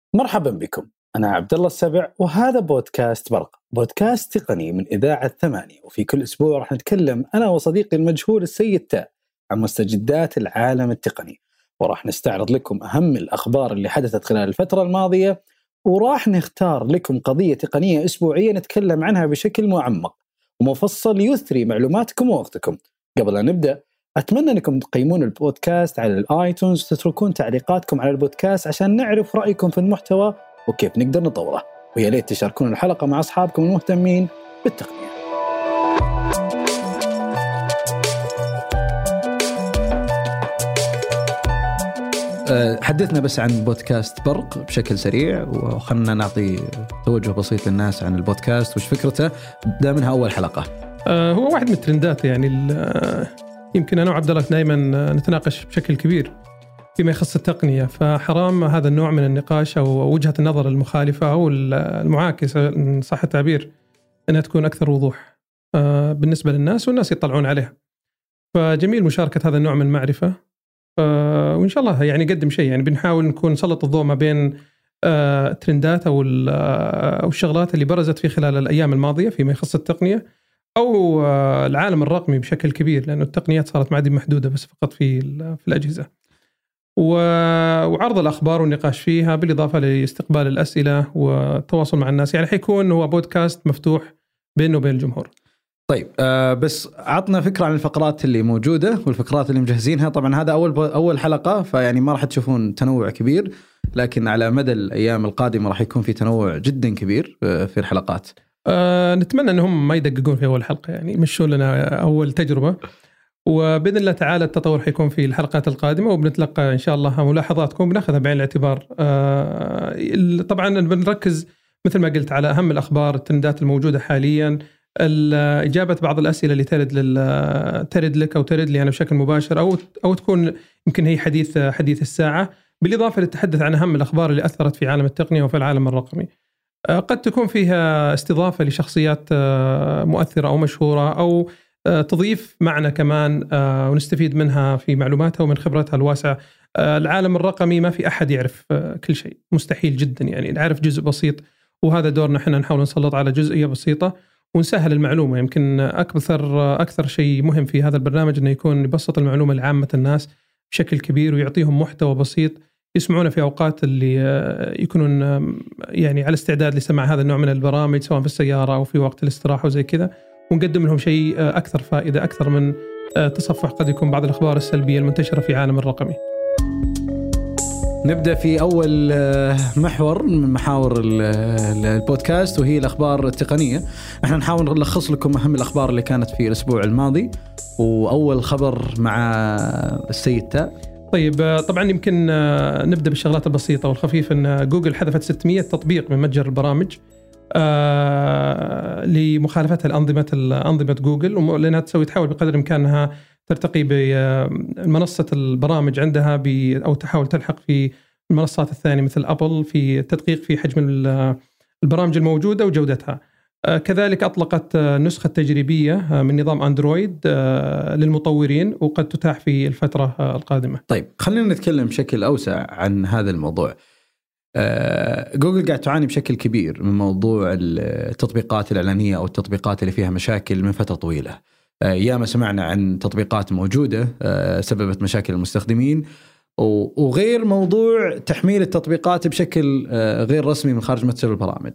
مرحبا بكم. أنا عبد الله السبع وهذا بودكاست برق، بودكاست تقني من إذاعة 8. وفي كل أسبوع راح نتكلم أنا وصديقي المجهول السيد تاء عن مستجدات العالم التقني، وراح نستعرض لكم أهم الأخبار اللي حدثت خلال الفترة الماضية، وراح نختار لكم قضية تقنية أسبوعية نتكلم عنها بشكل معمق ومفصل يثري معلوماتكم ووقتكم. قبل أن نبدأ أتمنى أنكم تقيمون البودكاست على الآيتونز وتتركون تعليقاتكم على البودكاست عشان نعرف رأيكم في المحتوى وكيف نقدر نطوره، ويا ريت تشاركون الحلقة مع أصحابكم المهتمين بالتقنية. حدثنا بس عن بودكاست برق بشكل سريع، وخلنا نعطي توجه بسيط للناس عن البودكاست وش فكرته. دا منها أول حلقة. هو واحد من الترندات، يعني يمكن أنا وعبد الله دائما نتناقش بشكل كبير فيما يخص التقنية، فحرام هذا النوع من النقاش أو وجهة النظر المخالفة أو المعاكسة إن صح التعبير أنها تكون أكثر وضوح بالنسبة للناس والناس يطلعون عليها. فجميل مشاركة هذا النوع من المعرفة، وإن شاء الله يعني قدم شيء، يعني بنحاول نكون نسلط الضوء ما بين الترندات أو الشغلات اللي برزت في خلال الأيام الماضية فيما يخص التقنية أو العالم الرقمي بشكل كبير، لأنه التقنيات صارت معدي محدودة بس فقط في الأجهزة، وعرض الأخبار والنقاش فيها بالإضافة لاستقبال الأسئلة والتواصل مع الناس. يعني حيكون هو بودكاست مفتوح بينه وبين الجمهور. طيب بس عطنا فكرة عن الفقرات اللي موجودة والفقرات اللي مجهزينها. طبعا هذا أول حلقة، فيعني ما راح تشوفون تنوع كبير، لكن على مدى الأيام القادمة راح يكون في تنوع جدا كبير في الحلقات. نتمنى أنهم ما يدققون في أول حلقة، يعني يمشوا لنا أول تجربة، وبإذن الله تعالى التطور حيكون في الحلقات القادمة، وبنتلقى إن شاء الله ملاحظاتكم بناخذها بعين الاعتبار. طبعا بنركز مثل ما قلت على أهم الأخبار الترندات الموجودة حاليا، إجابة بعض الأسئلة اللي ترد لك أو ترد لي أنا بشكل مباشر أو تكون يمكن هي حديث الساعة، بالإضافة للتحدث عن أهم الأخبار اللي أثرت في عالم التقنية وفي العالم الرقمي. قد تكون فيها استضافة لشخصيات مؤثرة أو مشهورة، أو تضيف معنا كمان ونستفيد منها في معلوماتها ومن خبرتها الواسعة. العالم الرقمي ما في أحد يعرف كل شيء، مستحيل جدا، يعني نعرف جزء بسيط، وهذا دورنا احنا نحاول نسلط على جزئية بسيطة ونسهل المعلومة. يمكن أكثر شيء مهم في هذا البرنامج أنه يكون يبسط المعلومة لعامة الناس بشكل كبير، ويعطيهم محتوى بسيط يسمعونه في أوقات اللي يكونون يعني على استعداد لسماع هذا النوع من البرامج، سواء في السيارة أو في وقت الاستراحة وزي كذا، ونقدم لهم شيء أكثر فائدة، أكثر من تصفح قد يكون بعض الأخبار السلبية المنتشرة في عالم الرقمي. نبدأ في أول محور من محاور البودكاست، وهي الأخبار التقنية. احنا نحاول نلخص لكم أهم الأخبار اللي كانت في الأسبوع الماضي، وأول خبر مع السيد تاء. طيب طبعا يمكن نبدأ بالشغلات البسيطة والخفيفة. أن جوجل حذفت 600 تطبيق من متجر البرامج لمخالفتها الأنظمة جوجل، لأنها تحاول بقدر الإمكان ترتقي بمنصة البرامج عندها أو تحاول تلحق في المنصات الثانية مثل أبل في التدقيق في حجم البرامج الموجودة وجودتها. كذلك أطلقت نسخة تجريبية من نظام أندرويد للمطورين، وقد تتاح في الفترة القادمة. طيب خلينا نتكلم بشكل أوسع عن هذا الموضوع. جوجل قاعد تعاني بشكل كبير من موضوع التطبيقات الإعلانية أو التطبيقات اللي فيها مشاكل من فترة طويلة. ياما سمعنا عن تطبيقات موجودة سببت مشاكل المستخدمين، وغير موضوع تحميل التطبيقات بشكل غير رسمي من خارج متجر البرامج.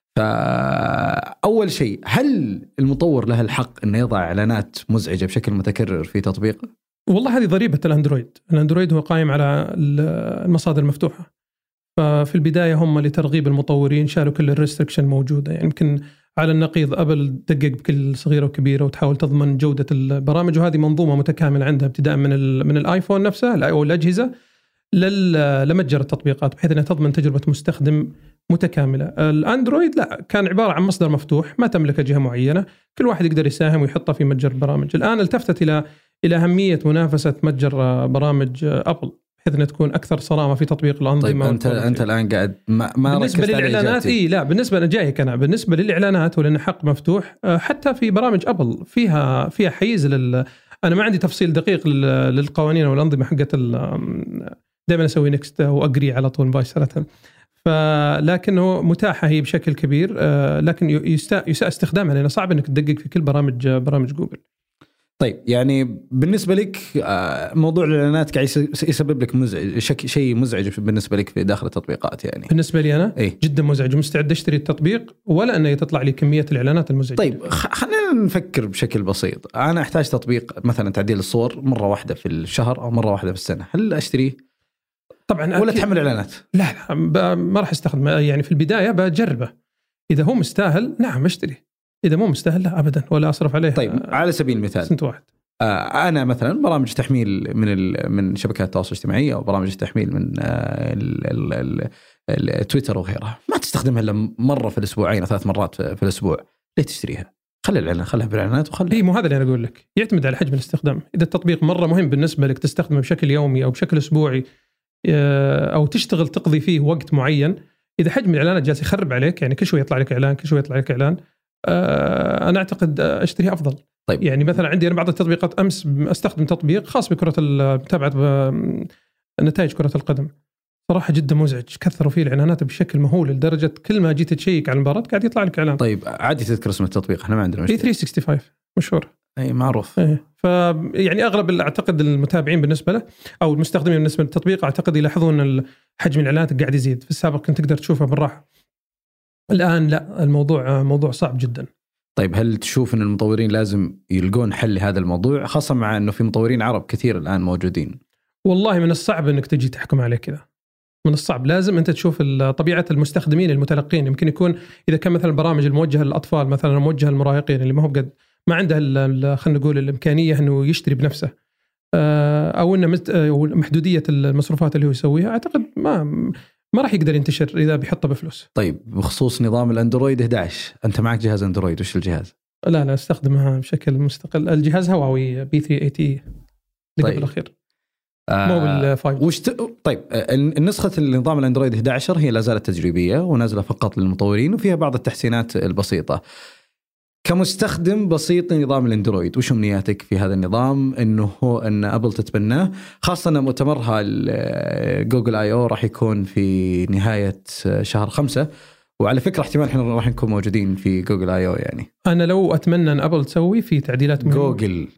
فأول شيء، هل المطور له الحق أن يضع إعلانات مزعجة بشكل متكرر في تطبيقه؟ والله هذه ضريبة الأندرويد هو قائم على المصادر المفتوحة، ففي البداية هم لترغيب المطورين شالوا كل الريستريكشن موجودة. يعني يمكن على النقيض أبل دقق بكل صغيرة وكبيرة وتحاول تضمن جودة البرامج، وهذه منظومة متكاملة عندها ابتداء من الآيفون نفسه أو الأجهزة لمتجر التطبيقات، بحيث أنها تضمن تجربة مستخدم متكاملة. الأندرويد لا، كان عبارة عن مصدر مفتوح ما تملك جهة معينة، كل واحد يقدر يساهم ويحطها في متجر البرامج. الآن التفتت إلى أهمية منافسة متجر برامج أبل، بحيث أنها تكون أكثر صرامة في تطبيق الأنظمة. طيب أنت الآن قاعد ما بالنسبة للإعلانات لا، بالنسبة لجايك أنا بالنسبة للإعلانات ولأن حق مفتوح، حتى في برامج أبل فيها حيز أنا ما عندي تفصيل دقيق للقوانين والأنظمة حقت دائما أسوي نكست وأقري على طول مباشرة. لكنه متاحة هي بشكل كبير، لكن يساء استخدامها لأنه صعب أنك تدقق في كل برامج جوجل. طيب يعني بالنسبة لك موضوع الإعلانات قاعد يسبب لك شيء مزعج بالنسبة لك في داخل التطبيقات يعني؟ بالنسبة لي أنا جدا مزعج، ومستعد أشتري التطبيق ولا أنه تطلع لي كمية الإعلانات المزعجة. طيب خلينا نفكر بشكل بسيط. أنا أحتاج تطبيق مثلا تعديل الصور مرة واحدة في الشهر أو مرة واحدة في السنة، هل أشتريه؟ طبعا ولا تحمل إعلانات؟ لا ما راح استخدم يعني في البداية بجربه، إذا هو مستاهل نعم أشتري، إذا مو مستاهل لا أبدا ولا أصرف عليه. طيب على سبيل المثال سنت واحد، أنا مثلا برامج تحميل من شبكات التواصل الاجتماعي أو برامج تحميل من التويتر وغيرها، ما تستخدمها إلا مرة في الأسبوعين 3 مرات في الأسبوع، ليه تشتريها؟ خلي الإعلان، خلها بالإعلانات وخلي. مو هذا اللي أنا أقول لك، يعتمد على حجم الاستخدام. إذا التطبيق مرة مهم بالنسبة لك تستخدمه بشكل يومي أو بشكل أسبوعي أو تشتغل تقضي فيه وقت معين، إذا حجم الإعلانات جالس يخرب عليك، يعني كل شوي يطلع لك إعلان كل شوي يطلع لك إعلان، أنا أعتقد أشتريها أفضل. طيب. يعني مثلا عندي أنا بعض التطبيقات، أمس أستخدم تطبيق خاص بكرة متابعة نتائج كرة القدم، صراحة جدا مزعج، كثروا فيه الإعلانات بشكل مهول لدرجة كل ما جيت تشيك على المباراة قاعد يطلع لك إعلان. طيب عادي تذكر اسم التطبيق؟ احنا ما عندنا مشكلة. 365 مشهور، أي معروف. يعني أغلب أعتقد المتابعين بالنسبة له أو المستخدمين بالنسبة للتطبيق أعتقد يلاحظون حجم الإعلانات قاعد يزيد. في السابق كنت تقدر تشوفها بالراحة، الآن لا، الموضوع موضوع صعب جدا. طيب هل تشوف أن المطورين لازم يلقون حل لهذا الموضوع، خاصة مع أنه في مطورين عرب كثير الآن موجودين؟ والله من الصعب أنك تجي تحكم عليه كذا، من الصعب. لازم أنت تشوف طبيعة المستخدمين المتلقين. يمكن يكون إذا كان مثلا البرامج الموجهة للأطفال مثلا موجهة للمراهقين اللي ما هو قد ما عنده خلينا نقول الإمكانية أنه يشتري بنفسه، أو أنه محدودية المصروفات اللي هو يسويها، أعتقد ما راح يقدر ينتشر إذا بيحطه بفلوس. طيب بخصوص نظام الأندرويد 11، أنت معك جهاز أندرويد، وش الجهاز؟ لا استخدمها بشكل مستقل. الجهاز هواوي B380 اللي قبل الأخير، مو بالفايف. طيب النسخة النظام الأندرويد 11 هي لا زالت تجريبية ونازلة فقط للمطورين وفيها بعض التحسينات البسيطة. كمستخدم بسيط لنظام الاندرويد، وش أمنياتك في هذا النظام؟ أن أبل تتبناه، خاصة أن مؤتمرها جوجل I/O راح يكون في نهاية شهر 5، وعلى فكرة احتمال احنا راح نكون موجودين في جوجل I/O. يعني أنا لو أتمنى أن أبل تسوي في تعديلات جوجل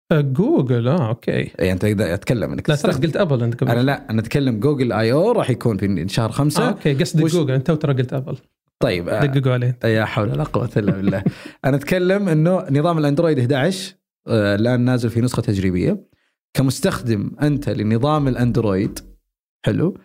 اوكي يعني انت اتكلم انك لا ترى قلت ابل انت قبل. انا لا، انا اتكلم جوجل I/O راح يكون في شهر 5. اوكي قصدك جوجل، انت ترى قلت ابل. طيب دققوا عليه. يا حول ولا قوه الا بالله. انا اتكلم انه نظام الاندرويد 11 الان نازل في نسخه تجريبيه. كمستخدم انت لنظام الاندرويد، حلو،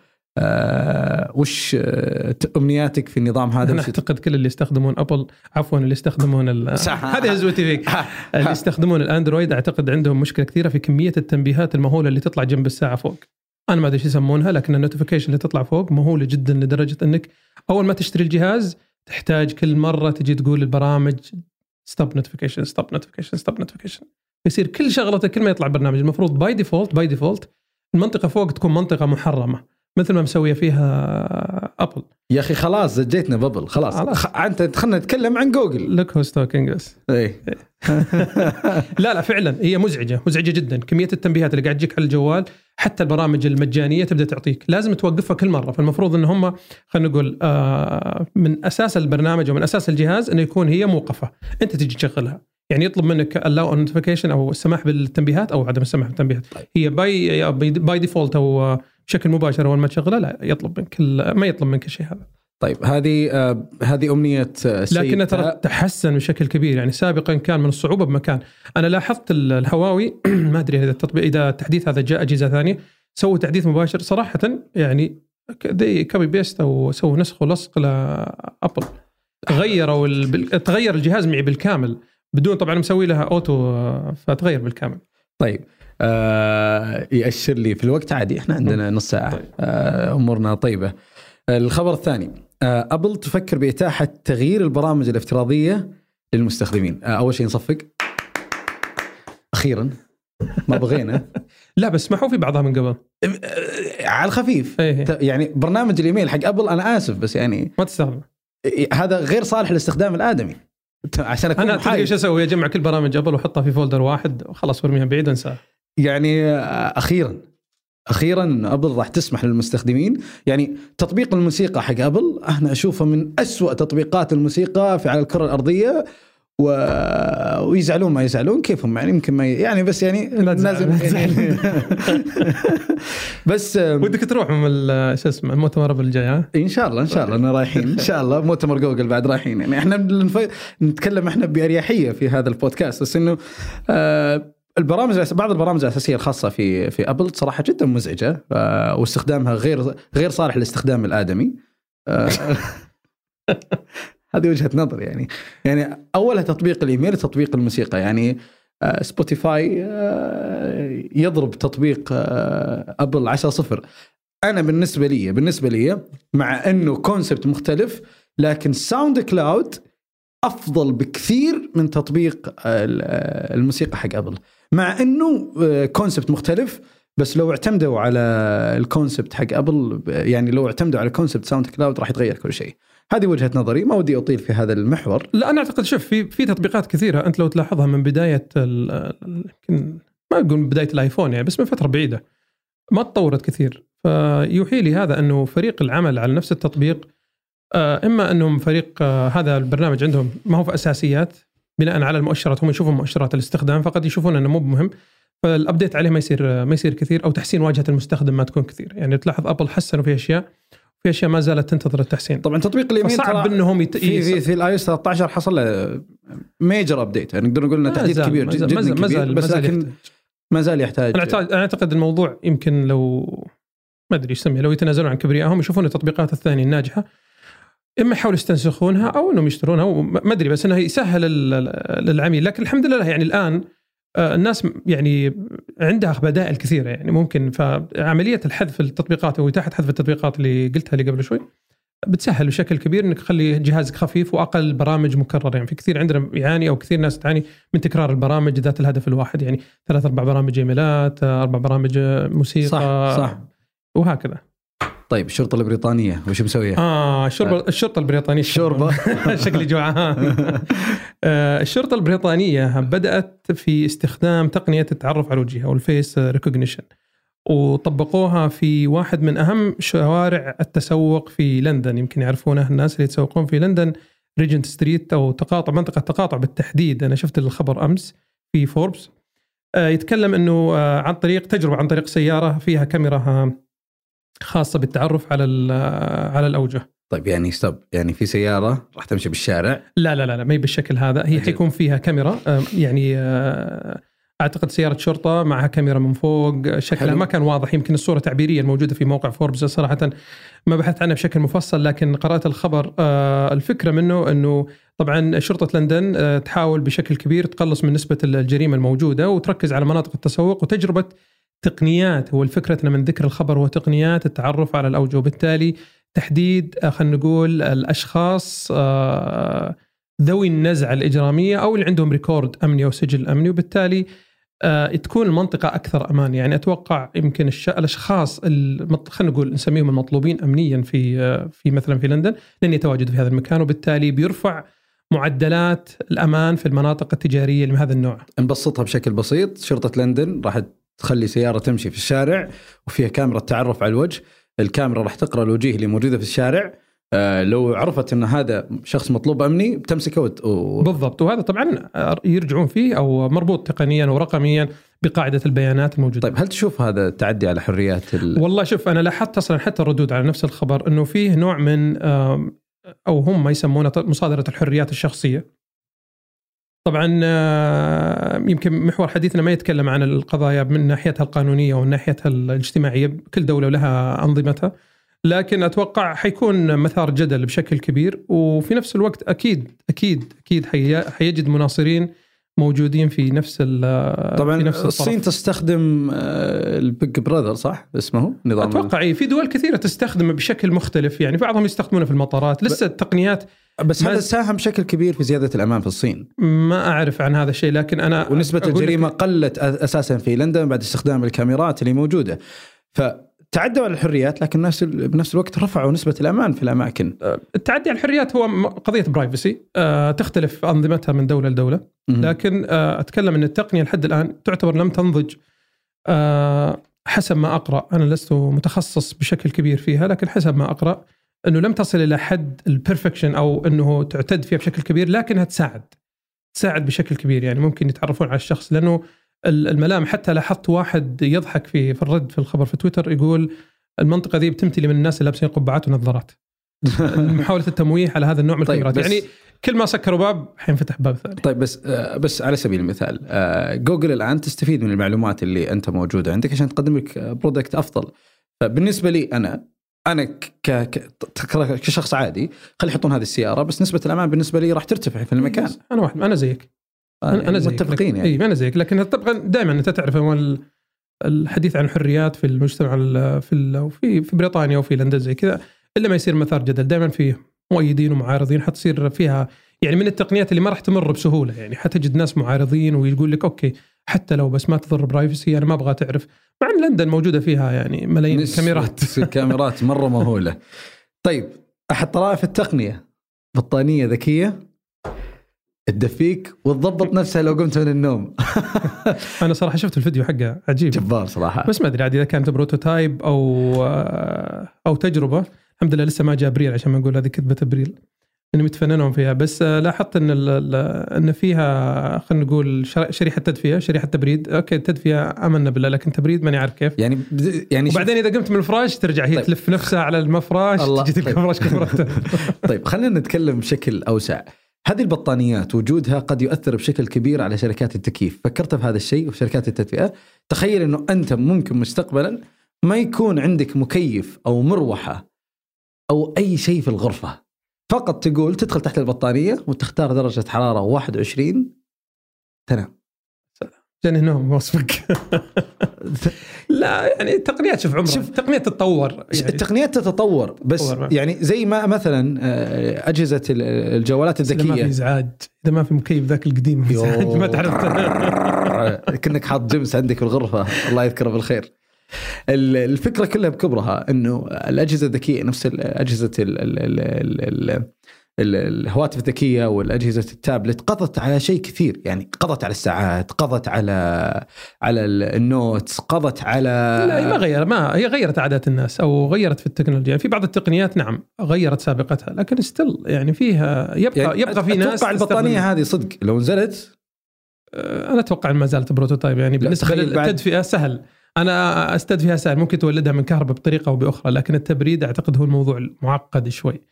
وش أمنياتك في النظام هذا؟ أنا أعتقد كل اللي يستخدمون أبل، عفوا اللي يستخدمون هذه هزوتي فيك، اللي يستخدمون الأندرويد أعتقد عندهم مشكلة كثيرة في كمية التنبيهات المهولة اللي تطلع جنب الساعة فوق. أنا ما أدري إيش يسمونها، لكن النوتيفيكيشن اللي تطلع فوق مهولة جدا لدرجة أنك أول ما تشتري الجهاز تحتاج كل مرة تجي تقول للبرامج stop notification. يصير كل شغلتك كل ما يطلع برنامج المفروض باي ديفولت المنطقة فوق تكون منطقة محرمة مثل ما مسوية فيها أبل. يا أخي خلاص زجيتنا بابل، خلاص أنت خلنا نتكلم عن جوجل. لك هو ستوكينج بس. لا فعلا هي مزعجة جدا. كمية التنبيهات اللي قاعد تجيك على الجوال، حتى البرامج المجانية تبدأ تعطيك، لازم توقفها كل مرة. فالمفروض إن هم خلينا نقول من أساس البرنامج ومن أساس الجهاز إنه يكون هي موقفة، أنت تجي تشغلها. يعني يطلب منك allow notification أو السماح بالتنبيهات أو عدم السماح بالتنبيهات. هي باي ديفولت أو بشكل مباشر أول ما تشغله لا يطلب منك، ما يطلب منك شيء هذا. طيب هذه أمنية لكن ترى تحسن بشكل كبير. يعني سابقا كان من الصعوبة بمكان. أنا لاحظت الهواوي ما أدري إذا التطبيق إذا التحديث هذا جاء أجهزة ثانية سووا تحديث مباشر صراحة، يعني دي كوبي بيست أو سووا نسخ ولصق لأبل، تغير الجهاز معي بالكامل بدون طبعا مسوي لها أوتو، فتغير بالكامل. طيب يأشر لي في الوقت عادي، احنا عندنا نص ساعة. طيب. أمورنا طيبة. الخبر الثاني، أبل تفكر بإتاحة تغيير البرامج الافتراضية للمستخدمين. أول شيء نصفق أخيرا، ما بغينا لا بس سمحوا في بعضها من قبل على الخفيف. يعني برنامج الإيميل حق أبل أنا آسف بس يعني ما تستخدم، هذا غير صالح للاستخدام الآدمي. عشان أكون أنا تدري إيش أسوي؟ أجمع كل برامج أبل وحطها في فولدر واحد وخلاص ورميها بعيد وانساها. يعني أخيرا أخيرا أبل راح تسمح للمستخدمين، يعني تطبيق الموسيقى حق أبل أنا أشوفه من أسوأ تطبيقات الموسيقى على الكرة الأرضية، ويزعلون ما يزعلون كيفهم، يعني يمكن ما يعني بس يعني لازم يعني بس ودك تروح من شو اسمه المؤتمر الجاي؟ ان شاء الله أنا رايحين ان شاء الله مؤتمر جوجل بعد رايحين، يعني احنا نتكلم احنا بأريحية في هذا البودكاست، بس انه بعض البرامج الأساسية الخاصة في أبل صراحة جدا مزعجة، واستخدامها غير صالح للاستخدام الآدمي. هذه وجهة نظر يعني أولها تطبيق الإيميل، تطبيق الموسيقى، يعني سبوتيفاي يضرب تطبيق أبل 10-0. أنا بالنسبة لي مع أنه كونسبت مختلف، لكن ساوند كلاود أفضل بكثير من تطبيق الموسيقى حق أبل، مع أنه كونسبت مختلف. بس لو اعتمدوا على الكونسبت حق أبل، يعني لو اعتمدوا على كونسبت ساوند كلاود راح يتغير كل شيء. هذه وجهة نظري، ما ودي أطيل في هذا المحور. لا أنا أعتقد شوف في تطبيقات كثيرة أنت لو تلاحظها من بداية يمكن ما أقول من بداية الآيفون يعني، بس من فترة بعيدة ما تطورت كثير. فيوحي لي هذا أنه فريق العمل على نفس التطبيق إما أنهم فريق هذا البرنامج عندهم ما هو في أساسيات بناء على المؤشرات، هم يشوفون مؤشرات الاستخدام فقط، يشوفون أنه مو مهم، فالأبديت عليه ما يصير كثير، أو تحسين واجهة المستخدم ما تكون كثير. يعني تلاحظ أبل حسنوا في أشياء ما زالت تنتظر التحسين. طبعا تطبيق اليمين صعب انهم في الاي اس 13 حصل له ميجر ابديت، يعني نقدر نقول انه تحديث كبير جدا كبير، بس لكن ما زال يحتاج. انا اعتقد الموضوع يمكن لو ما ادري ايش يسميه، لو يتنازلون عن كبريائهم يشوفون التطبيقات الثانيه الناجحه، اما يحاولوا يستنسخونها او انهم يشترونها، وما ادري، بس انه يسهل للعميل. لكن الحمد لله يعني الان الناس يعني عندها بدائل كثيرة، يعني ممكن فعملية الحذف التطبيقات أو إتاحة حذف التطبيقات اللي قلتها لي قبل شوي بتسهل بشكل كبير إنك تخلي جهازك خفيف وأقل برامج مكررة. يعني في كثير عندنا يعاني أو كثير ناس تعاني من تكرار البرامج ذات الهدف الواحد، يعني 3-4 برامج إيميلات، 4 برامج موسيقى، صح وهكذا. طيب الشرطة البريطانية وش مسوية؟ الشرطة البريطانية الشوربة شكلي جوعان. الشرطة البريطانية بدأت في استخدام تقنية التعرف على الوجه أو الفيس ريكوجنيشن، وطبقوها في واحد من أهم شوارع التسوق في لندن، يمكن يعرفونها الناس اللي يتسوقون في لندن، ريجنت ستريت أو منطقة تقاطع بالتحديد. أنا شفت الخبر أمس في فوربس، يتكلم أنه عن طريق سيارة فيها كاميرا خاصة بالتعرف على الأوجه. طيب يعني في سيارة راح تمشي بالشارع؟ لا ما هي بالشكل هذا، هي حيكون فيها كاميرا، يعني أعتقد سيارة شرطة معها كاميرا من فوق، شكلها ما كان واضح، يمكن الصورة تعبيرية الموجودة في موقع فوربس، صراحة ما بحثت عنها بشكل مفصل، لكن قرأت الخبر. الفكرة منه أنه طبعا شرطة لندن تحاول بشكل كبير تقلص من نسبة الجريمة الموجودة وتركز على مناطق التسوق وتجربة تقنيات. هو الفكرة من ذكر الخبر هو تقنيات التعرف على الأوجه، وبالتالي تحديد خلينا نقول الأشخاص ذوي النزعة الإجرامية أو اللي عندهم ريكورد أمني أو سجل أمني، وبالتالي تكون المنطقة أكثر أمان. يعني أتوقع يمكن الأشخاص خلينا نقول نسميهم المطلوبين أمنيا في مثلا في لندن لن يتواجدوا في هذا المكان، وبالتالي بيرفع معدلات الأمان في المناطق التجارية من هذا النوع. نبسطها بشكل بسيط، شرطة لندن راح تخلي سيارة تمشي في الشارع وفيها كاميرا تعرف على الوجه، الكاميرا راح تقرأ الوجيه اللي موجودة في الشارع، لو عرفت أن هذا شخص مطلوب أمني بتمسكه بالضبط. وهذا طبعا يرجعون فيه أو مربوط تقنيا ورقميا بقاعدة البيانات الموجودة. طيب هل تشوف هذا تعدي على حريات والله شوف، أنا لاحظت أصلا حتى الردود على نفس الخبر أنه فيه نوع من أو هم ما يسمونه مصادرة الحريات الشخصية. طبعا يمكن محور حديثنا ما يتكلم عن القضايا من ناحيتها القانونية ومن ناحيتها الاجتماعية، كل دولة لها أنظمتها، لكن أتوقع حيكون مثار جدل بشكل كبير، وفي نفس الوقت أكيد حيجد مناصرين موجودين في نفس طبعا في نفس الصين تستخدم البيج براذر صح اسمه نظام، أتوقع في دول كثيرة تستخدمه بشكل مختلف، يعني بعضهم يستخدمونه في المطارات لسه التقنيات، بس هذا ساهم بشكل كبير في زيادة الأمان في الصين. ما أعرف عن هذا الشيء، لكن أنا ونسبة الجريمة قلت أساسا في لندن بعد استخدام الكاميرات اللي موجودة، فتعدوا على الحريات لكن بنفس الوقت رفعوا نسبة الأمان في الأماكن. التعدي على الحريات هو قضية برايفسي، تختلف أنظمتها من دولة لدولة، لكن أتكلم أن التقنية لحد الآن تعتبر لم تنضج حسب ما أقرأ، أنا لست متخصص بشكل كبير فيها، لكن حسب ما أقرأ أنه لم تصل إلى حد البرفكشن أو أنه تعتد فيها بشكل كبير، لكنها تساعد بشكل كبير. يعني ممكن يتعرفون على الشخص، لأنه الملامح، حتى لاحظت واحد يضحك في الرد في الخبر في تويتر يقول المنطقة ذي بتمتلي من الناس اللي لابسين قبعات ونظارات. محاولة التمويه على هذا النوع من الكاميرات. يعني كل ما سكروا باب حينفتح باب ثاني. طيب بس على سبيل المثال جوجل الآن تستفيد من المعلومات اللي أنت موجودة عندك عشان تقدم لك برودكت أفضل. فبالنسبة لي أنا كشخص عادي خلي يحطون هذه السيارة، بس نسبة الأمان بالنسبة لي راح ترتفع في المكان. أنا زيك. أنا زيك متفقين يعني. أنا زيك، لكن طبعا دائما أنت تعرف الحديث عن الحريات في المجتمع في بريطانيا وفي لندن زي كذا، إلا ما يصير مثار جدل دائما فيه مؤيدين ومعارضين. حتصير فيها يعني من التقنيات اللي ما راح تمر بسهولة، يعني حتجد ناس معارضين ويقول لك أوكي حتى لو بس ما تضر برايفسي أنا ما أبغى تعرف، مع أن لندن موجودة فيها يعني ملايين كاميرات مرة مهولة. طيب أحد طرائف التقنية بطانية ذكية تدفيك وتضبط نفسها لو قمت من النوم. أنا صراحة شفت الفيديو حقه عجيب جبار صراحة، بس ما أدري عاد إذا كانت بروتوتايب أو تجربة. الحمد لله لسه ما جاء أبريل عشان ما نقول هذه كذبة أبريل إنهم يتفننون فيها. بس لاحظت إن فيها خلينا نقول شريحة تدفئة، شريحة تبريد. أوكي التدفئة آمنا بالله، لكن تبريد ماني عارف كيف. يعني وبعدين إذا قمت من الفراش ترجع هي تلف نفسها على المفراش تجي تلقى الفراش كفرته. طيب خلينا نتكلم بشكل أوسع. هذه البطانيات وجودها قد يؤثر بشكل كبير على شركات التكييف. فكرت في هذا الشيء وشركات التدفئة؟ تخيل إنه أنت ممكن مستقبلا ما يكون عندك مكيف أو مروحة أو أي شيء في الغرفة، فقط تقول تدخل تحت البطانية وتختار درجة حرارة 21 تنام. جاني نوم وصفك. لا يعني التقنيات شوف عمرها التقنيات تتطور، يعني التقنيات تتطور بس يعني زي ما مثلا أجهزة الجوالات الذكية ما في إزعاج، إذا ما في مكيف ذاك القديم إزعاج ما تعرف كأنك حاط جمس عندك في الغرفة. الله يذكره بالخير. الفكرة كلها بكبرها إنه الأجهزة الذكية نفس الأجهزة الهواتف الذكية والأجهزة التابلت قضت على شيء كثير. يعني قضت على الساعات، قضت على النوتس، قضت على لا ما هي غيرت عادات الناس أو غيرت في التكنولوجيا. يعني في بعض التقنيات نعم غيرت سابقتها، لكن ستيل يعني فيها يبقى في ناس. أتوقع البطانية هذه صدق لو نزلت أنا أتوقع ما زالت بروتوتايب. يعني بالنسبة للتدفئة سهل، أنا أستدفئها سهل، ممكن تولدها من كهرباء بطريقة أو بأخرى، لكن التبريد أعتقد هو الموضوع معقد شوي.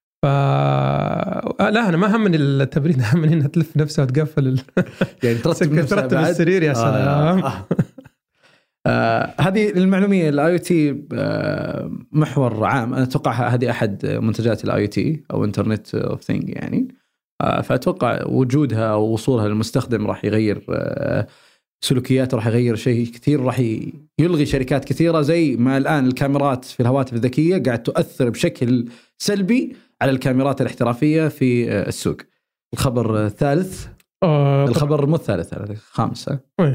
لا أنا ما هم من التبريد، هم من إنها تلف نفسها وتقفل يعني ترتب السرير يا سلام. هذه المعلومية الIoT محور عام. أنا أتوقع هذه أحد منتجات الIoT أو Internet of Things يعني. فأتوقع وجودها ووصولها للمستخدم راح يغير سلوكيات، راح يغير شيء كثير، راح يلغي شركات كثيرة. زي ما الآن الكاميرات في الهواتف الذكية قاعد تؤثر بشكل سلبي على الكاميرات الاحترافية في السوق. الخبر الثالث الخبر مو الثالث، الخامس.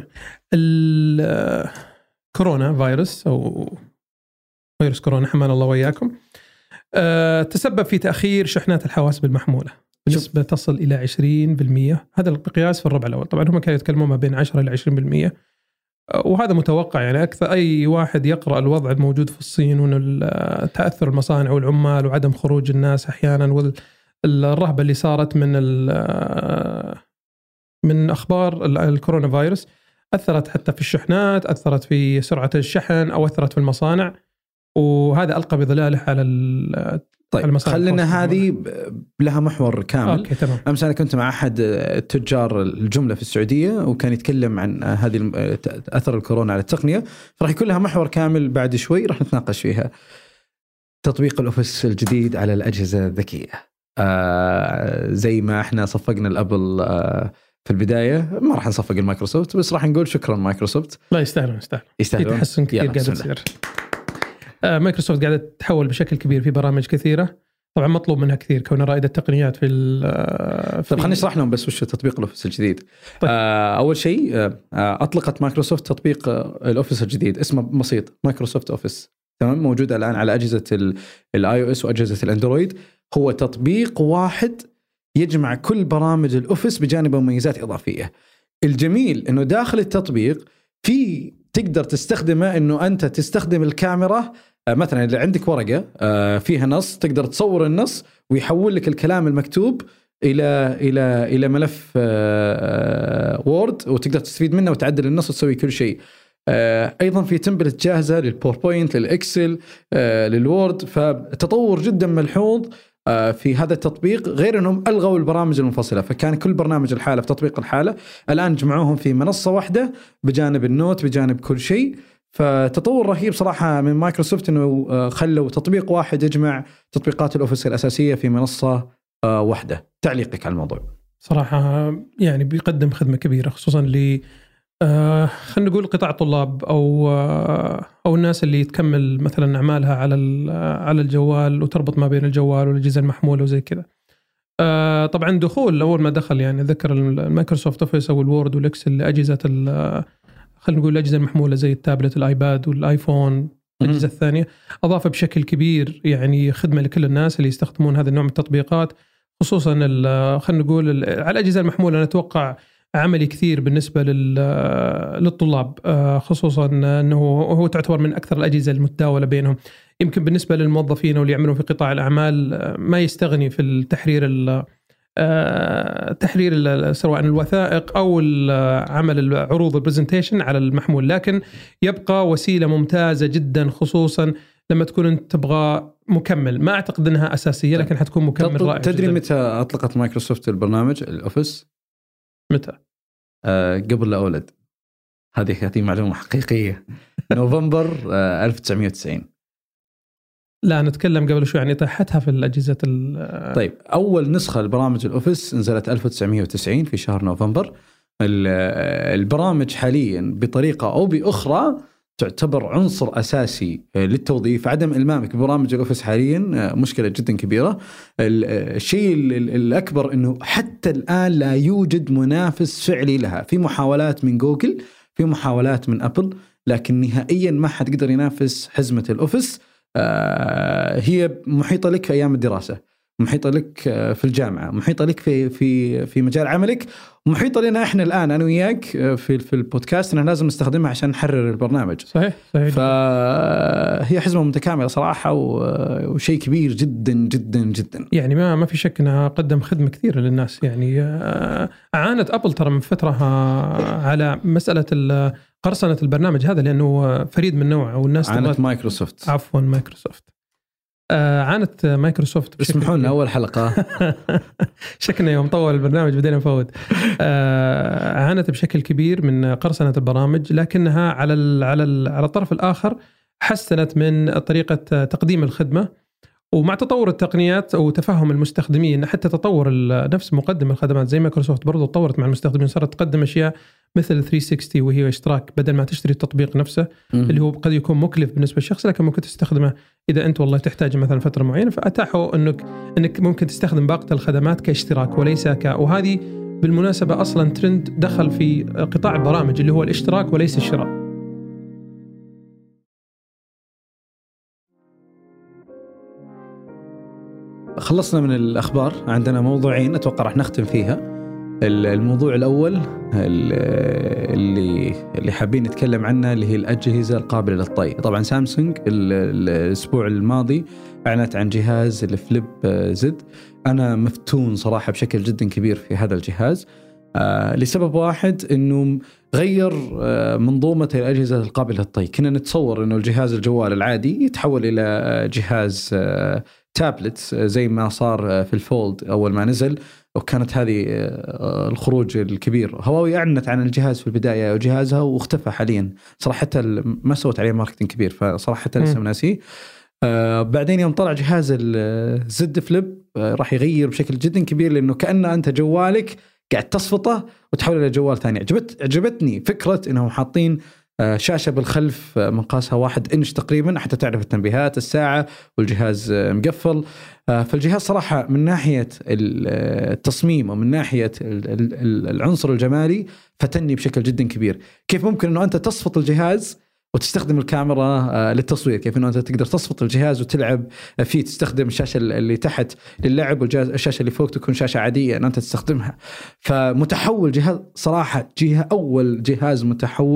الكورونا فيروس أو فيروس كورونا حمانا الله وإياكم تسبب في تأخير شحنات الحواسب المحمولة بنسبة تصل إلى 20%. هذا القياس في الربع الأول. طبعا هم كانوا يتكلمون ما بين 10 إلى 20%، وهذا متوقع. يعني أكثر أي واحد يقرأ الوضع الموجود في الصين وأن تأثر المصانع والعمال وعدم خروج الناس أحيانا والرهبة اللي صارت من أخبار الكورونا فيروس أثرت حتى في الشحنات، أثرت في سرعة الشحن أو أثرت في المصانع، وهذا ألقى بظلاله على طيب خلينا هذه لها محور كامل. أوكي تمام. أمس أنا كنت مع أحد تجار الجملة في السعودية وكان يتكلم عن هذه أثر الكورونا على التقنية، فراح يكون لها محور كامل بعد شوي راح نتناقش فيها. تطبيق الأوفيس الجديد على الأجهزة الذكية، زي ما احنا صفقنا الأبل في البداية، ما راح نصفق المايكروسوفت، بس راح نقول شكرا مايكروسوفت. لا يستاهلون في تحسن كثير قاعد يصير. مايكروسوفت قاعدة تتحول بشكل كبير في برامج كثيرة، طبعا مطلوب منها كثير كونها رائدة التقنيات في طيب خلينا نشرح لهم بس وش تطبيق الأوفيس الجديد. طيب. أول شيء أطلقت مايكروسوفت تطبيق الأوفيس الجديد، اسمه بسيط مايكروسوفت أوفيس، تمام، موجود الآن على أجهزة iOS وأجهزة الأندرويد. هو تطبيق واحد يجمع كل برامج الأوفيس بجانب مميزات إضافية. الجميل إنه داخل التطبيق في تقدر تستخدمه إنه أنت تستخدم الكاميرا. مثلا اللي عندك ورقة فيها نص، تقدر تصور النص ويحول لك الكلام المكتوب إلى ملف وورد، وتقدر تستفيد منه وتعدل النص وتسوي كل شيء. أيضا في تمبلت جاهزة للباوربوينت، للإكسل، للوورد. فتطور جدا ملحوظ في هذا التطبيق، غير أنهم ألغوا البرامج المنفصلة، فكان كل برنامج الحالة في تطبيق الحالة، الآن جمعوهم في منصة واحدة بجانب النوت بجانب كل شيء. فتطور رهيب صراحة من مايكروسوفت أنه خلوا تطبيق واحد يجمع تطبيقات الأوفيس الأساسية في منصة واحدة. تعليقك على الموضوع؟ صراحة يعني بيقدم خدمة كبيرة، خصوصا ل خلينا نقول قطاع الطلاب أو الناس اللي تكمل مثلا أعمالها على الجوال وتربط ما بين الجوال والأجهزة المحمولة وزي كذا. طبعا دخول أول ما دخل يعني ذكر المايكروسوفت أوفيس أو الوورد والإكسل لأجهزة خلينا نقول الأجهزة المحمولة زي التابلت، الآيباد والآيفون، الأجهزة الثانية، أضاف بشكل كبير يعني خدمة لكل الناس اللي يستخدمون هذا النوع من التطبيقات، خصوصا خلينا نقول على الأجهزة المحمولة. أنا أتوقع عملي كثير بالنسبة للطلاب، خصوصا أنه هو تعتبر من أكثر الأجهزة المتداولة بينهم. يمكن بالنسبة للموظفين واللي يعملون في قطاع الأعمال ما يستغني في تحرير سواء الوثائق أو عمل العروض البرزنتيشن على المحمول، لكن يبقى وسيلة ممتازة جدا، خصوصا لما تكون أنت تبغى مكمل. ما أعتقد أنها أساسية، لكن حتكون مكمل رائع. تدري متى أطلقت مايكروسوفت البرنامج الأوفيس؟ متى؟ قبل لا أولد. هذه معلومة حقيقية. نوفمبر 1990. لا نتكلم قبل شوي يعني طاحتها في الأجهزة. طيب أول نسخة البرامج الأوفيس نزلت 1990 في شهر نوفمبر. البرامج حاليا بطريقة أو بأخرى تعتبر عنصر أساسي للتوظيف. عدم إلمامك ببرامج الأوفيس حاليا مشكلة جدا كبيرة. الشيء الأكبر أنه حتى الآن لا يوجد منافس فعلي لها. في محاولات من جوجل، في محاولات من أبل، لكن نهائيا ما حد يقدر ينافس حزمة الأوفيس. هي محيطة لك في أيام الدراسة، محيطة لك في الجامعة، محيطة لك في مجال عملك، ومحيطة لنا إحنا الآن أنا وياك في البودكاست. إننا لازم نستخدمها عشان نحرر البرنامج. صحيح. فهي حزمة متكاملة صراحة، وشيء كبير جدا جدا جدا. يعني ما في شك أنها قدم خدمة كثيرة للناس. يعني عانت أبل ترى من فترة على مسألة قرصنة البرنامج هذا، لأنه فريد من نوعه، والناس عانت مايكروسوفت. عفوا مايكروسوفت. عانت مايكروسوفت. اسمحوا لنا أول حلقة شكلنا يوم طول البرنامج بدينا نفوت. عانت بشكل كبير من قرصنة البرامج، لكنها على الطرف الآخر حسنت من طريقة تقديم الخدمة، ومع تطور التقنيات وتفهم المستخدمين، حتى تطور نفس مقدم الخدمات زي مايكروسوفت برضو تطورت مع المستخدمين، صارت تقدم أشياء مثل 360 وهي اشتراك، بدل ما تشتري التطبيق نفسه اللي هو قد يكون مكلف بالنسبة للشخص، لكن ممكن تستخدمه إذا أنت والله تحتاج مثلا فترة معينة، فأتاحوا أنك ممكن تستخدم باقة الخدمات كاشتراك وليس وهذه بالمناسبة أصلا ترند دخل في قطاع البرامج اللي هو الاشتراك وليس الشراء. خلصنا من الأخبار، عندنا موضوعين أتوقع راح نختم فيها. الموضوع الأول اللي حابين نتكلم عنه اللي هي الأجهزة القابلة للطي. طبعا سامسونج الأسبوع الماضي أعلنت عن جهاز الفليب زد. أنا مفتون صراحة بشكل جدا كبير في هذا الجهاز لسبب واحد، إنه غير منظومة الأجهزة القابلة للطي. كنا نتصور إنه الجهاز الجوال العادي يتحول إلى جهاز تابلت زي ما صار في الفولد أول ما نزل، وكانت هذه الخروج الكبير. هواوي أعلنت عن الجهاز في البداية وجهازها واختفى حاليا صراحة، ما سوت عليه ماركتينج كبير، فصراحة لسه ناسيه. بعدين يوم طلع جهاز الزد فليب راح يغير بشكل جدا كبير، لأنه كأنه أنت جوالك قاعد تصفطه وتحوله إلى جوال ثاني. عجبتني فكرة إنهم حاطين شاشة بالخلف مقاسها 1 إنش تقريبا حتى تعرف التنبيهات، الساعة، والجهاز مقفل. فالجهاز صراحة من ناحية التصميم ومن ناحية العنصر الجمالي فتني بشكل جدا كبير. كيف ممكن أنه أنت تصفط الجهاز وتستخدم الكاميرا للتصوير؟ كيف أنه أنت تقدر تصفط الجهاز وتلعب فيه، تستخدم الشاشة اللي تحت للعب والشاشة اللي فوق تكون شاشة عادية أن أنت تستخدمها. فمتحول جهاز صراحة، أول جهاز متحول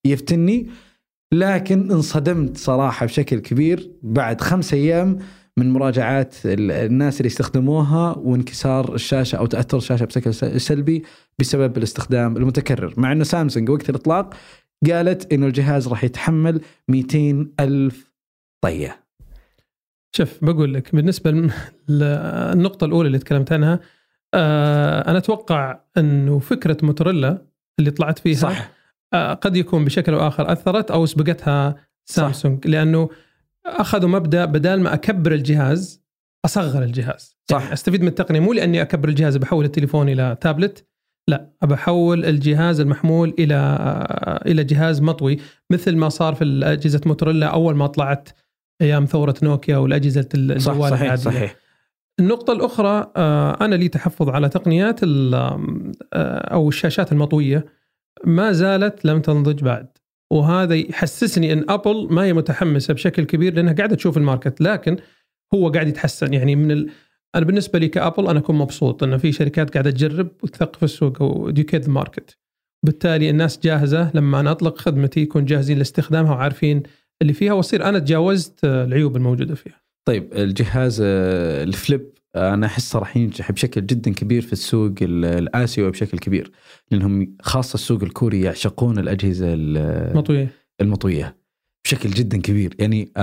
يفتني. لكن انصدمت صراحة بشكل كبير بعد 5 أيام من مراجعات الناس اللي استخدموها وانكسار الشاشة أو تأثر الشاشة بشكل سلبي بسبب الاستخدام المتكرر. مع أنه سامسونج وقت الإطلاق قالت إنه الجهاز راح يتحمل 200,000 طية. شوف بقول لك بالنسبة للنقطة الأولى اللي تكلمت عنها، أنا أتوقع أنه فكرة موتوريلا اللي طلعت فيها صح. قد يكون بشكل أو آخر أثرت أو سبقتها سامسونج، لأنه أخذوا مبدأ بدال ما أكبر الجهاز أصغر الجهاز. صح. يعني أستفيد من التقنية، مو لأني أكبر الجهاز بحول التليفون إلى تابلت، لا، أبحول الجهاز المحمول إلى جهاز مطوي، مثل ما صار في الأجهزة موتوريلا أول ما طلعت أيام ثورة نوكيا والأجهزة الجوال العادية. صحيح. النقطة الأخرى، أنا لي تحفظ على تقنيات أو الشاشات المطوية ما زالت لم تنضج بعد، وهذا يحسسني أن أبل ما هي متحمسة بشكل كبير لأنها قاعدة تشوف الماركت، لكن هو قاعد يتحسن. يعني أنا بالنسبة لي كأبل أنا أكون مبسوط أن في شركات قاعدة تجرب وتثقف السوق وإديوكيت الماركت، بالتالي الناس جاهزة لما أنا أطلق خدمتي يكون جاهزين لاستخدامها وعارفين اللي فيها، وصير أنا تجاوزت العيوب الموجودة فيها. طيب الجهاز الفليب أنا أحس راح ينجح بشكل جدا كبير في السوق الآسيوي بشكل كبير، لأنهم خاصة السوق الكوري يعشقون الأجهزة المطوية بشكل جدا كبير. يعني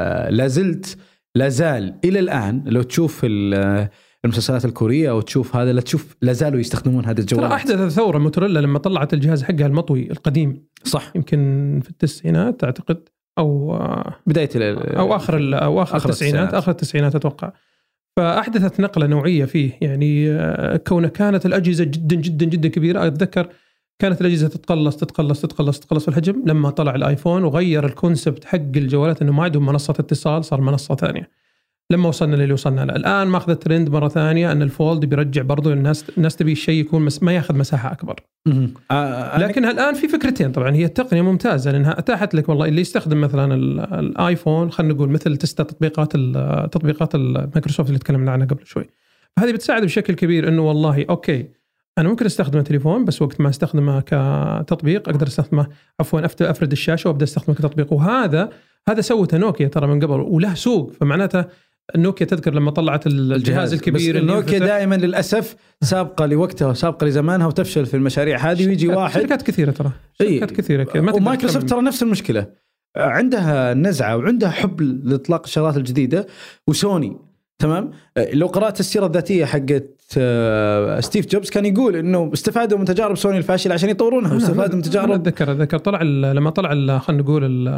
لازال إلى الآن لو تشوف المسلسلات الكورية أو تشوف هذا، لا تشوف لازالوا يستخدمون هذا الجوال. ترى أحدث ثورة موتوريلا لما طلعت الجهاز حقها المطوي القديم، صح، يمكن في التسعينات أعتقد أو بداية أو آخر التسعينات، آخر التسعينات أتوقع. فأحدثت نقلة نوعية فيه، يعني كونه كانت الأجهزة جدا جدا جدا كبيرة. أتذكر كانت الأجهزة تتقلص في الحجم، لما طلع الآيفون وغير الكونسبت حق الجوالات أنه ما عندهم منصة اتصال، صار منصة ثانية. لما وصلنا للي وصلنا له الآن، ما أخذ الترند مرة ثانية أن الفولد بيرجع برضو الناس تبي الشيء يكون ما يأخذ مساحة أكبر. لكن الآن في فكرتين، طبعا هي التقنية ممتازة لأنها أتاحت لك والله اللي يستخدم مثلا الآيفون، خلينا نقول مثل تست تطبيقات المايكروسوفت اللي تكلمنا عنها قبل شوي، فهذه بتساعد بشكل كبير أنه والله أوكي أنا ممكن أستخدم التليفون بس وقت ما أستخدمه كتطبيق أقدر أستخدمه، أفرد الشاشة وأبدأ أستخدمه كتطبيق. وهذا سوته نوكيا ترى من قبل وله سوق. فمعناته نوكيا تذكر لما طلعت الجهاز الكبير، نوكيا دائما للأسف سابقة لوقتها وسابقة لزمانها وتفشل في المشاريع هذه، ويجي واحد. شركات كثيرة ترى، شركات كثيرة ومايكروسوفت ترى نفس المشكلة، عندها نزعة وعندها حب لإطلاق الشغلات الجديدة. وسوني تمام، لو قرأت السيرة الذاتية حقت ستيف جوبز كان يقول إنه استفادوا من تجارب سوني الفاشلة عشان يطورونها، واستفادوا من تجارب. أتذكر طلع لما طلع خلينا نقول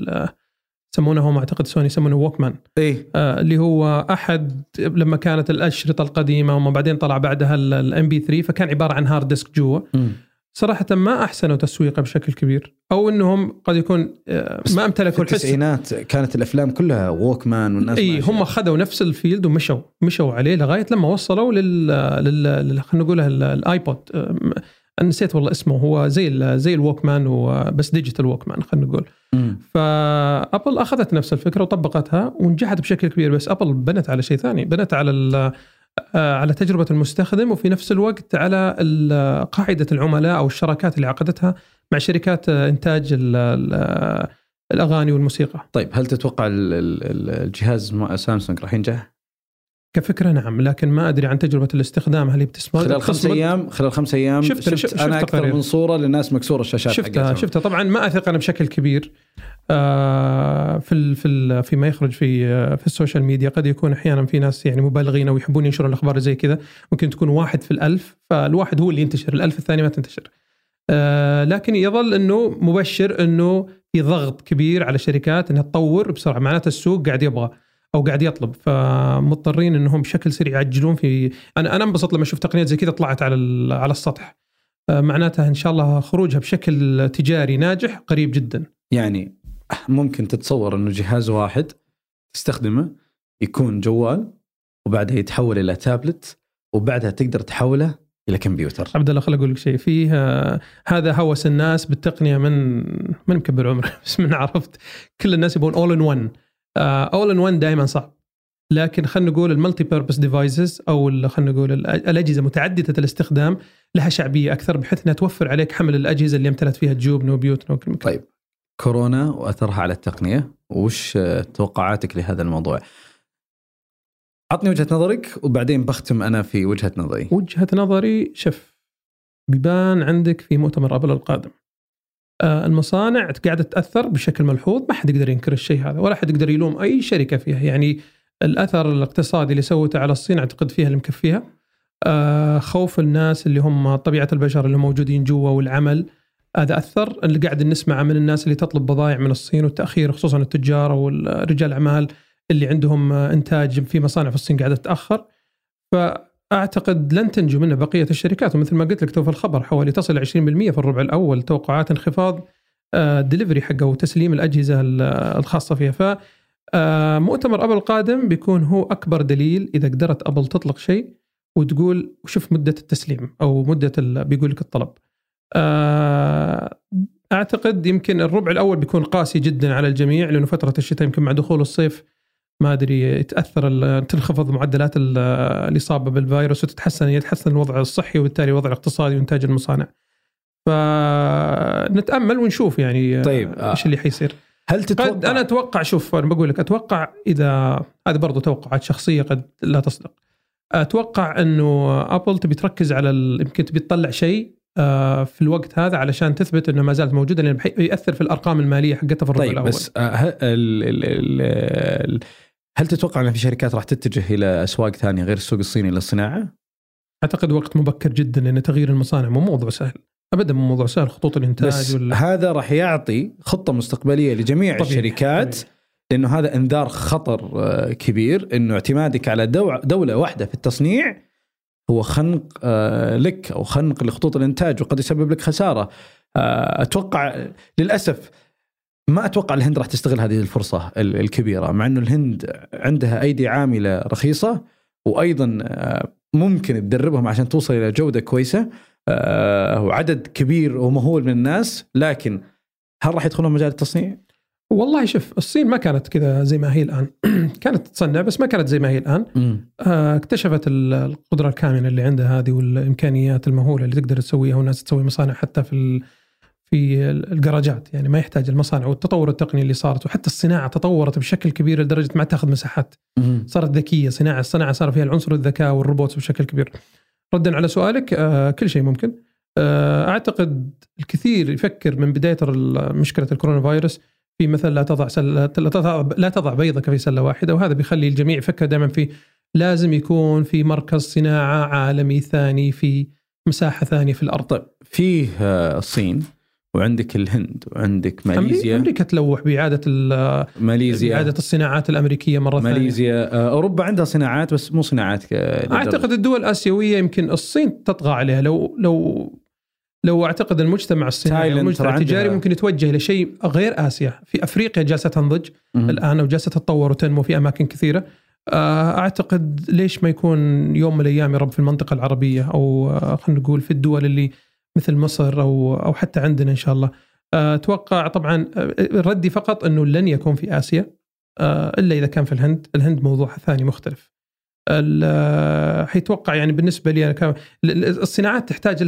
سمونه أعتقد سوني يسمونه ووكمان، اللي هو أحد لما كانت الأشرطة القديمة، وما بعدين طلع بعدها الMP3، فكان عبارة عن هارد ديسك جوا. صراحة ما أحسنوا تسويقه بشكل كبير، أو إنهم قد يكون ما امتلكوا الحس. التسعينات كانت الأفلام كلها ووكمان والناس هم خذوا نفس الفيلد ومشوا عليه لغاية لما وصلوا خلينا نقوله الآيبود. أنا نسيت والله اسمه، هو زي الووكمان بس ديجيتال ووكمان خلينا نقول. فأبل أخذت نفس الفكرة وطبقتها ونجحت بشكل كبير، بس أبل بنت على شيء ثاني، بنت على تجربة المستخدم، وفي نفس الوقت على قاعدة العملاء أو الشراكات اللي عقدتها مع شركات إنتاج الأغاني والموسيقى. طيب هل تتوقع الجهاز سامسونج راح ينجح؟ كفكرة نعم، لكن ما أدري عن تجربة الاستخدام هل بتسمع خلال 5 أيام شفت أنا أكثر من صورة للناس مكسورة الشاشات. شفتها طبعا. ما أثق أنا بشكل كبير فيما يخرج في السوشيال ميديا. قد يكون أحيانا في ناس يعني مبالغين أو يحبون ينشروا الأخبار زي كذا، ممكن تكون 1 في 1000، فالواحد هو اللي ينتشر، 1000 الثاني ما تنتشر. لكن يظل أنه مبشر أنه في ضغط كبير على شركات أنها تطور بسرعة، معناته السوق قاعد يبغى أو قاعد يطلب، فمضطرين أنهم بشكل سريع يعجلون في. أنا انبسط لما أشوف تقنيات زي كذا طلعت على السطح، معناتها إن شاء الله خروجها بشكل تجاري ناجح قريب جدا. يعني ممكن تتصور أنه جهاز واحد تستخدمه يكون جوال، وبعدها يتحول إلى تابلت، وبعدها تقدر تحوله إلى كمبيوتر. عبد الله خل أقول لك شيء فيه، هذا هوس الناس بالتقنية من مكبر عمره، بس من عرفت كل الناس يبون all in one. all in one دائما صعب، لكن خلينا نقول المالتي بيربس ديفايسز أو خلينا نقول الأجهزة متعددة الاستخدام لها شعبية أكثر بحيث أنها توفر عليك حمل الأجهزة اللي امتلت فيها جيوبنا وبيوتنا وكل مكان. طيب كورونا وأثرها على التقنية، وش توقعاتك لهذا الموضوع؟ عطني وجهة نظرك وبعدين بختم أنا في وجهة نظري. وجهة نظري شف بيبان عندك في مؤتمر أبل القادم. المصانع قاعدة تأثر بشكل ملحوظ، ما حد يقدر ينكر الشيء هذا ولا حد يقدر يلوم أي شركة فيها. يعني الأثر الاقتصادي اللي سوته على الصين أعتقد فيها اللي مكفيها. خوف الناس اللي هم طبيعة البشر اللي موجودين جوا والعمل هذا أثر. اللي قاعد نسمع من الناس اللي تطلب بضائع من الصين والتأخير، خصوصا التجار والرجال الأعمال اللي عندهم إنتاج في مصانع في الصين قاعدة تتأخر. فأعتقد لن تنجو منه بقية الشركات. ومثل ما قلت لك تو في الخبر حوالي تصل 20% في الربع الأول توقعات انخفاض ديليفري حقه وتسليم الأجهزة الخاصة فيها. فمؤتمر أبل القادم بيكون هو أكبر دليل إذا قدرت أبل تطلق شيء وتقول وشوف مدة التسليم أو مدة بيقول لك الطلب. أعتقد يمكن الربع الأول بيكون قاسي جدا على الجميع، لأنه فترة الشتاء يمكن مع دخول الصيف ما أدري يتأثر تنخفض معدلات الإصابة بالفيروس يتحسن الوضع الصحي وبالتالي الوضع الاقتصادي وإنتاج المصانع. فنتأمل ونشوف يعني طيب إيش اللي حيصير. هل تتوقع؟ أنا أتوقع، شوف أنا بقول لك أتوقع، إذا هذا برضو توقعات شخصية قد لا تصدق، أتوقع أنه أبل تبي تركز على يمكن تبي تطلع شيء في الوقت هذا علشان تثبت أنه ما زالت موجودة، لأنه يأثر في الأرقام المالية حقتها في الربع الأول. بس هل تتوقع أن في شركات راح تتجه إلى أسواق ثانية غير السوق الصيني للصناعة؟ أعتقد وقت مبكر جدا، لأن تغيير المصانع مو موضوع سهل أبدا، مو موضوع سهل. خطوط الإنتاج بس هذا راح يعطي خطة مستقبلية لجميع الشركات، لأنه هذا إنذار خطر كبير، إنه اعتمادك على دولة واحدة في التصنيع هو خنق لك أو خنق لخطوط الإنتاج، وقد يسبب لك خسارة. أتوقع للأسف ما أتوقع الهند راح تستغل هذه الفرصة الكبيرة، مع أنه الهند عندها أيدي عاملة رخيصة، وأيضا ممكن تدربهم عشان توصل إلى جودة كويسة، وعدد كبير ومهول من الناس. لكن هل راح يدخلون مجال التصنيع؟ والله شوف، الصين ما كانت كذا زي ما هي الآن كانت تصنع بس ما كانت زي ما هي الآن. اكتشفت القدرة الكامنة اللي عندها هذه والإمكانيات المهولة اللي تقدر تسويها، والناس تسوي مصانع حتى في الجراجات. يعني ما يحتاج المصانع، والتطور التقني اللي صارت، وحتى الصناعة تطورت بشكل كبير لدرجة ما تأخذ مساحات، صارت ذكية. الصناعة صار فيها العنصر الذكاء والروبوت بشكل كبير. ردا على سؤالك، كل شيء ممكن. أعتقد الكثير يفكر من بداية مشكلة الكورونا فيروس في مثل لا تضع بيضك في سلة واحدة، وهذا بيخلي الجميع يفكر دائما في لازم يكون في مركز صناعة عالمي ثاني في مساحة ثانية في الأرض. طيب فيه الصين وعندك الهند وعندك ماليزيا. أمريكا تلوح بإعادة إعادة الصناعات الأمريكية مرة ثانية. ماليزيا، أوروبا عندها صناعات بس مو صناعات أعتقد الدول الآسيوية يمكن الصين تطغى عليها. لو أعتقد المجتمع الصناعي والمجتمع التجاري ممكن يتوجه إلى شيء غير آسيا. في أفريقيا جالسة تنضج الآن وجالسة تتطور وتنمو في أماكن كثيرة. أعتقد ليش ما يكون يوم من الأيام يا رب في المنطقة العربية، أو خلينا نقول في الدول اللي مثل مصر أو حتى عندنا إن شاء الله. أتوقع طبعا ردي فقط أنه لن يكون في آسيا إلا إذا كان في الهند موضوع ثاني مختلف. حيتوقع يعني بالنسبة لي الصناعات تحتاج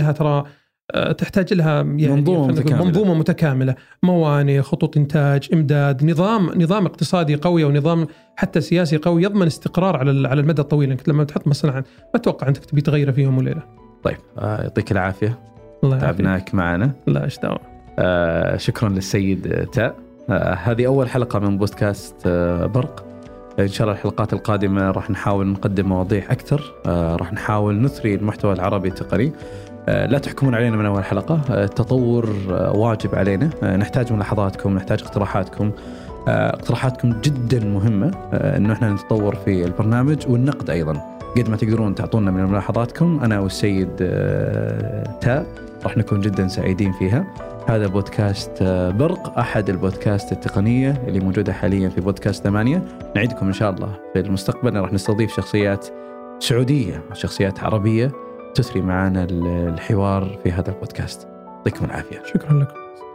لها يعني منظومة متكاملة، موانئ، خطوط إنتاج، إمداد، نظام اقتصادي قوي ونظام حتى سياسي قوي يضمن استقرار على المدى الطويل. أنك لما تحط مصنع ما أتوقع أنك تبي تغيره في يوم وليلة. طيب يعطيك العافية، تعبناك معنا. لا إيش دعوة. شكرا للسيد تاء. هذه أول حلقة من بودكاست برق. إن شاء الله الحلقات القادمة راح نحاول نقدم مواضيع أكثر، راح نحاول نثري المحتوى العربي التقني. لا تحكمون علينا من أول حلقة، التطور واجب علينا. نحتاج ملاحظاتكم، نحتاج اقتراحاتكم. اقتراحاتكم جدا مهمة إنه إحنا نتطور في البرنامج، والنقد أيضا قد ما تقدرون تعطونا من ملاحظاتكم. أنا والسيد تاء راح نكون جدا سعيدين فيها. هذا بودكاست برق، أحد البودكاست التقنية اللي موجودة حاليا في بودكاست 8. نعيدكم إن شاء الله في المستقبل راح نستضيف شخصيات سعودية وشخصيات عربية تثري معنا الحوار في هذا البودكاست. يعطيكم العافية. شكرا لكم.